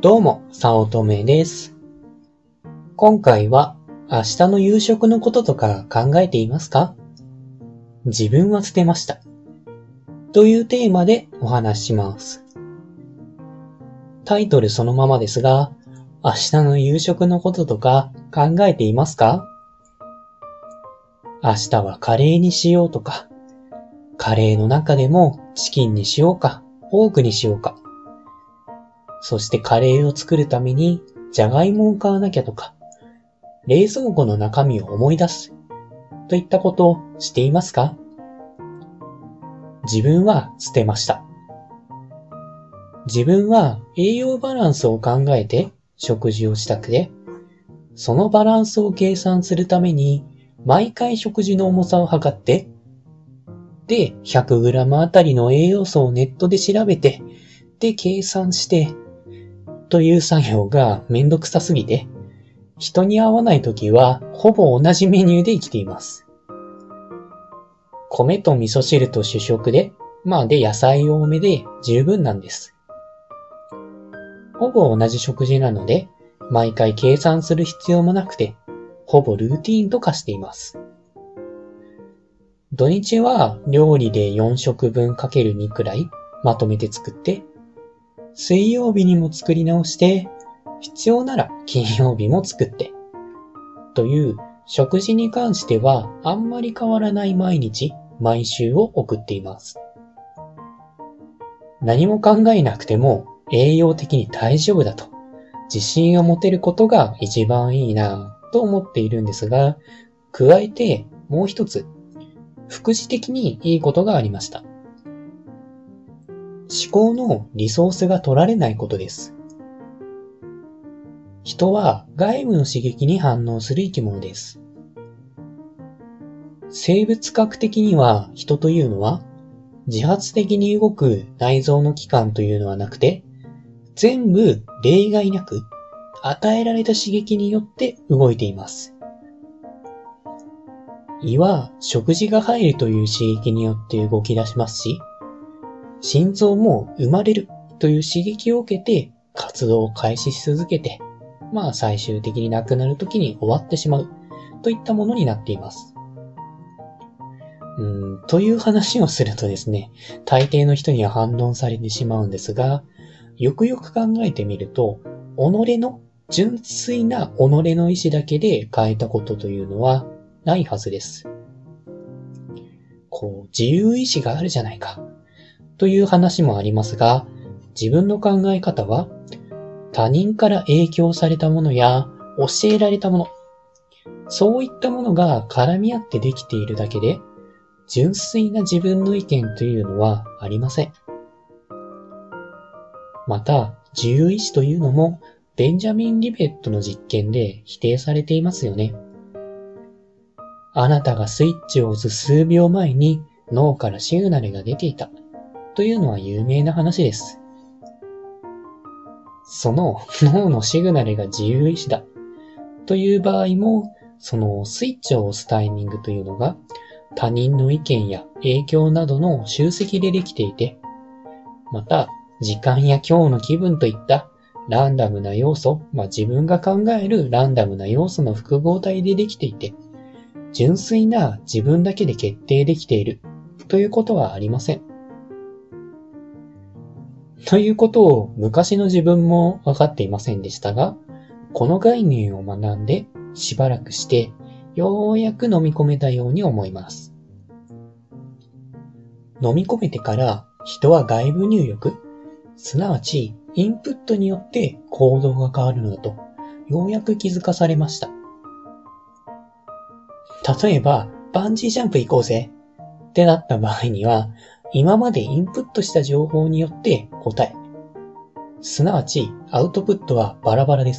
どうも、早乙女です。今回は明日の夕食のこととか考えていますか？自分は捨てました。というテーマでお話しします。タイトルそのままですが、明日の夕食のこととか考えていますか？明日はカレーにしようとか、カレーの中でもチキンにしようか、ポークにしようか。そしてカレーを作るためにじゃがいもを買わなきゃとか、冷蔵庫の中身を思い出すといったことをしていますか？自分は捨てました。自分は栄養バランスを考えて食事をしたくて、そのバランスを計算するために毎回食事の重さを測って、で 100g あたりの栄養素をネットで調べて、で計算してという作業がめんどくさすぎて、人に会わないときはほぼ同じメニューで生きています。米と味噌汁と主食で、で野菜多めで十分なんです。ほぼ同じ食事なので、毎回計算する必要もなくて、ほぼルーティーンと化しています。土日は料理で4食分 ×2 くらいまとめて作って、水曜日にも作り直して、必要なら金曜日も作って、という食事に関してはあんまり変わらない毎日、毎週を送っています。何も考えなくても栄養的に大丈夫だと自信を持てることが一番いいなと思っているんですが、加えてもう一つ副次的にいいことがありました。思考のリソースが取られないことです。人は外部の刺激に反応する生き物です。生物学的には人というのは自発的に動く内臓の器官というのはなくて、全部例外なく与えられた刺激によって動いています。胃は食事が入るという刺激によって動き出しますし、心臓も生まれるという刺激を受けて活動を開始し続けて、最終的に亡くなる時に終わってしまうといったものになっています。という話をするとですね、大抵の人には反論されてしまうんですが、よくよく考えてみると、純粋な己の意志だけで変えたことというのはないはずです。自由意志があるじゃないかという話もありますが、自分の考え方は他人から影響されたものや教えられたもの、そういったものが絡み合ってできているだけで、純粋な自分の意見というのはありません。また、自由意志というのもベンジャミン・リベットの実験で否定されていますよね。あなたがスイッチを押す数秒前に脳からシグナルが出ていたというのは有名な話です。その脳のシグナルが自由意志だという場合も、そのスイッチを押すタイミングというのが他人の意見や影響などの集積でできていて、また時間や今日の気分といったランダムな要素、自分が考えるランダムな要素の複合体でできていて、純粋な自分だけで決定できているということはありません。ということを昔の自分も分かっていませんでしたが、この概念を学んでしばらくしてようやく飲み込めたように思います。飲み込めてから人は外部入力、すなわちインプットによって行動が変わるのだとようやく気づかされました。例えばバンジージャンプ行こうぜってなった場合には、今までインプットした情報によって答え、すなわちアウトプットはバラバラです。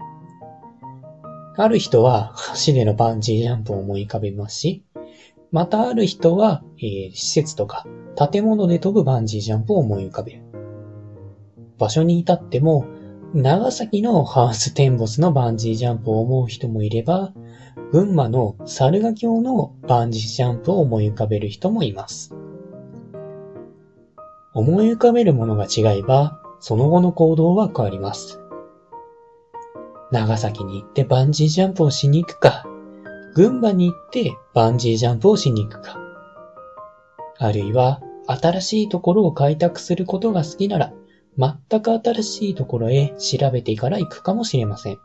ある人は橋でのバンジージャンプを思い浮かべますし、またある人は、施設とか建物で飛ぶバンジージャンプを思い浮かべる。場所に至っても、長崎のハウステンボスのバンジージャンプを思う人もいれば、群馬の猿ヶ京のバンジージャンプを思い浮かべる人もいます。思い浮かべるものが違えば、 その後の行動は変わります。長崎に行ってバンジージャンプをしに行くか、群馬に行ってバンジージャンプをしに行くか、あるいは新しいところを開拓することが好きなら、全く新しいところへ調べてから行くかもしれません。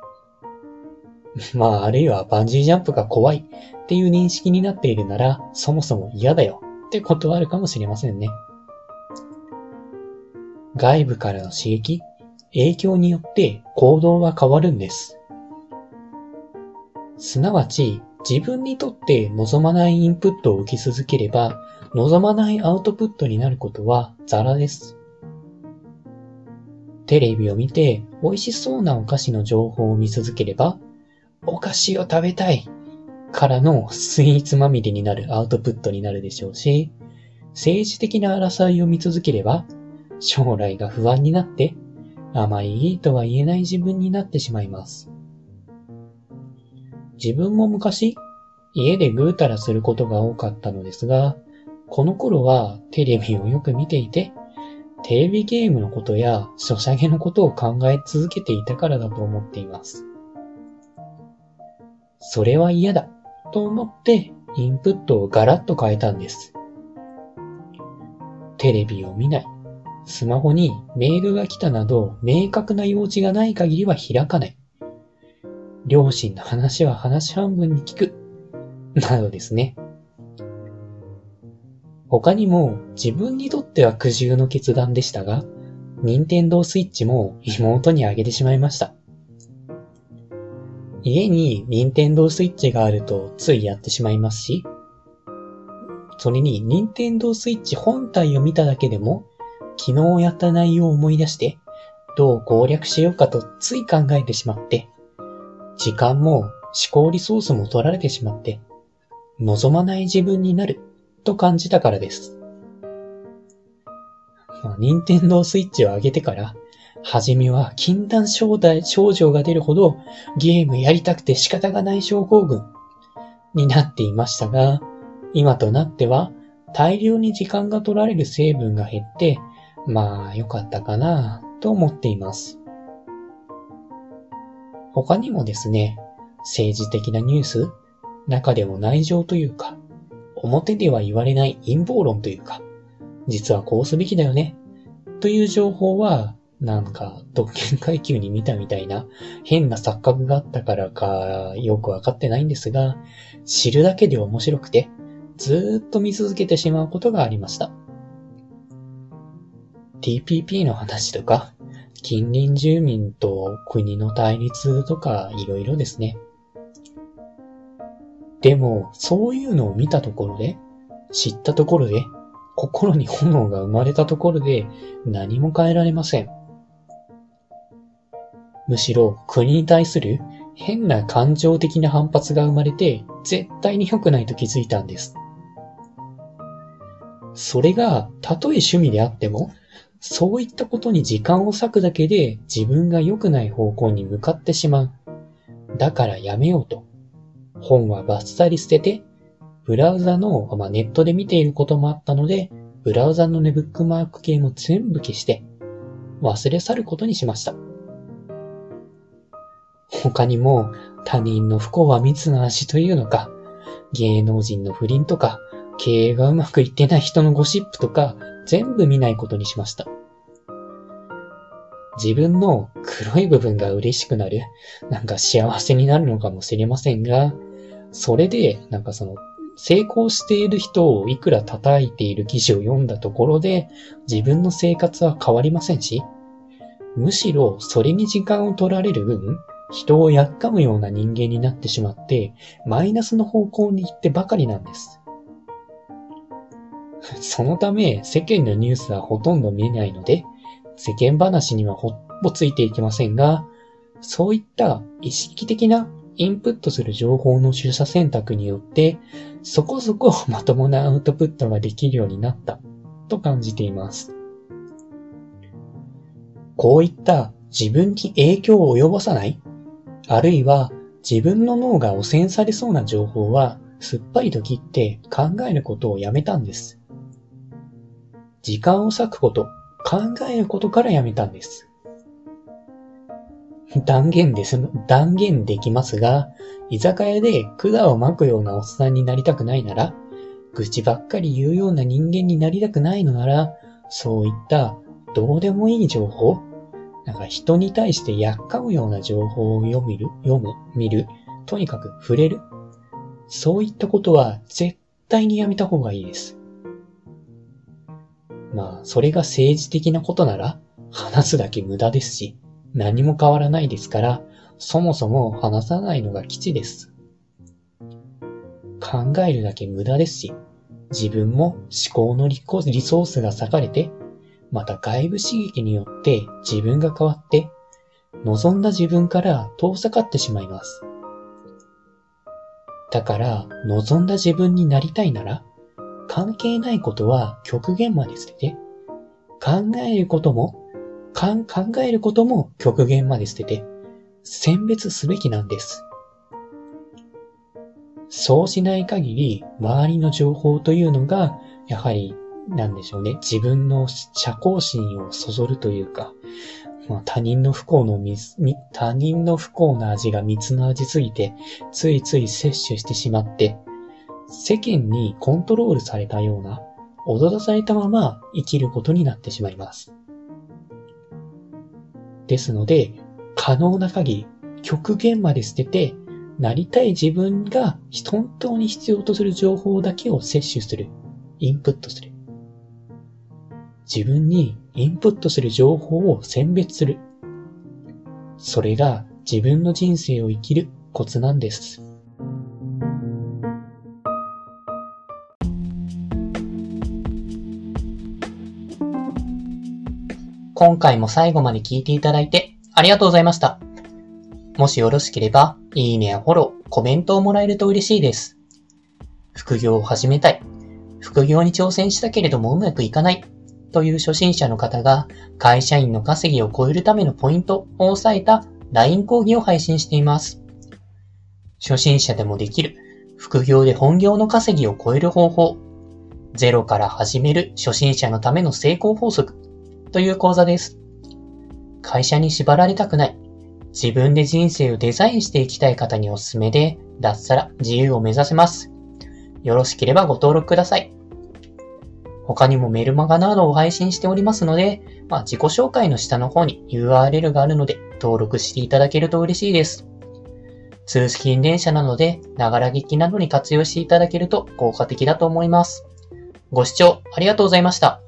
あるいはバンジージャンプが怖いっていう認識になっているなら、そもそも嫌だよってことはあるかもしれませんね。外部からの刺激、影響によって行動は変わるんです。すなわち、自分にとって望まないインプットを受け続ければ、望まないアウトプットになることはザラです。テレビを見て美味しそうなお菓子の情報を見続ければ、お菓子を食べたいからのスイーツまみれになるアウトプットになるでしょうし、政治的な争いを見続ければ、将来が不安になって、あまりいいとは言えない自分になってしまいます。自分も昔、家でぐうたらすることが多かったのですが、この頃はテレビをよく見ていて、テレビゲームのことやソシャゲのことを考え続けていたからだと思っています。それは嫌だと思ってインプットをガラッと変えたんです。テレビを見ない。スマホにメールが来たなど明確な用事がない限りは開かない。両親の話は話半分に聞く。などですね。他にも自分にとっては苦渋の決断でしたが、任天堂スイッチも妹にあげてしまいました。家に任天堂スイッチがあるとついやってしまいますし、それに任天堂スイッチ本体を見ただけでも、昨日やった内容を思い出して、どう攻略しようかとつい考えてしまって、時間も思考リソースも取られてしまって、望まない自分になると感じたからです。任天堂スイッチを上げてから、はじめは禁断症状が出るほどゲームやりたくて仕方がない症候群になっていましたが、今となっては大量に時間が取られる成分が減って、良かったかなと思っています。他にもですね、政治的なニュース、中でも内情というか、表では言われない陰謀論というか、実はこうすべきだよね、という情報は、特権階級に見たみたいな変な錯覚があったからかよくわかってないんですが、知るだけで面白くて、ずーっと見続けてしまうことがありました。TPP の話とか、近隣住民と国の対立とかいろいろですね。でも、そういうのを見たところで、知ったところで、心に炎が生まれたところで何も変えられません。むしろ国に対する変な感情的な反発が生まれて絶対に良くないと気づいたんです。それがたとえ趣味であっても、そういったことに時間を割くだけで自分が良くない方向に向かってしまう。だからやめようと。本はバッサリ捨てて、ブラウザの、ネットで見ていることもあったので、ブラウザのブックマーク系も全部消して、忘れ去ることにしました。他にも、他人の不幸は蜜の味というのか、芸能人の不倫とか、経営がうまくいってない人のゴシップとか、全部見ないことにしました。自分の黒い部分が嬉しくなる、幸せになるのかもしれませんが、それで、成功している人をいくら叩いている記事を読んだところで、自分の生活は変わりませんし、むしろそれに時間を取られる分、人をやっかむような人間になってしまって、マイナスの方向に行ってばかりなんです。そのため、世間のニュースはほとんど見えないので、世間話にはほぼついていけませんが、そういった意識的なインプットする情報の取捨選択によって、そこそこまともなアウトプットができるようになったと感じています。こういった自分に影響を及ぼさない、あるいは自分の脳が汚染されそうな情報はすっぱりと切って考えることをやめたんです。時間を割くこと、 考えることからやめたんです。断言できますが、居酒屋で管を巻くようなおっさんになりたくないなら、愚痴ばっかり言うような人間になりたくないのなら、そういったどうでもいい情報、人に対してやっかむような情報を見る、とにかく触れる。そういったことは絶対にやめた方がいいです。それが政治的なことなら、話すだけ無駄ですし、何も変わらないですから、そもそも話さないのが吉です。考えるだけ無駄ですし、自分も思考のリソースが割かれて、また外部刺激によって自分が変わって、望んだ自分から遠ざかってしまいます。だから、望んだ自分になりたいなら、関係ないことは極限まで捨てて、考えることも極限まで捨てて、選別すべきなんです。そうしない限り、周りの情報というのが、やはり、自分の社交心をそそるというか、他人の不幸な味が蜜の味すぎて、ついつい摂取してしまって、世間にコントロールされたような、踊らされたまま生きることになってしまいます。ですので、可能な限り、極限まで捨てて、なりたい自分が本当に必要とする情報だけを摂取する。インプットする。自分にインプットする情報を選別する。それが自分の人生を生きるコツなんです。今回も最後まで聞いていただいてありがとうございました。もしよろしければ、いいねやフォロー、コメントをもらえると嬉しいです。副業を始めたい。副業に挑戦したけれどもうまくいかない。という初心者の方が会社員の稼ぎを超えるためのポイントを押さえた LINE 講義を配信しています。初心者でもできる副業で本業の稼ぎを超える方法、ゼロから始める初心者のための成功法則という講座です。会社に縛られたくない、自分で人生をデザインしていきたい方におすすめで、脱サラ自由を目指せます。よろしければご登録ください。他にもメルマガなどを配信しておりますので、自己紹介の下の方に URL があるので登録していただけると嬉しいです。通勤電車なので、ながら聞きなどに活用していただけると効果的だと思います。ご視聴ありがとうございました。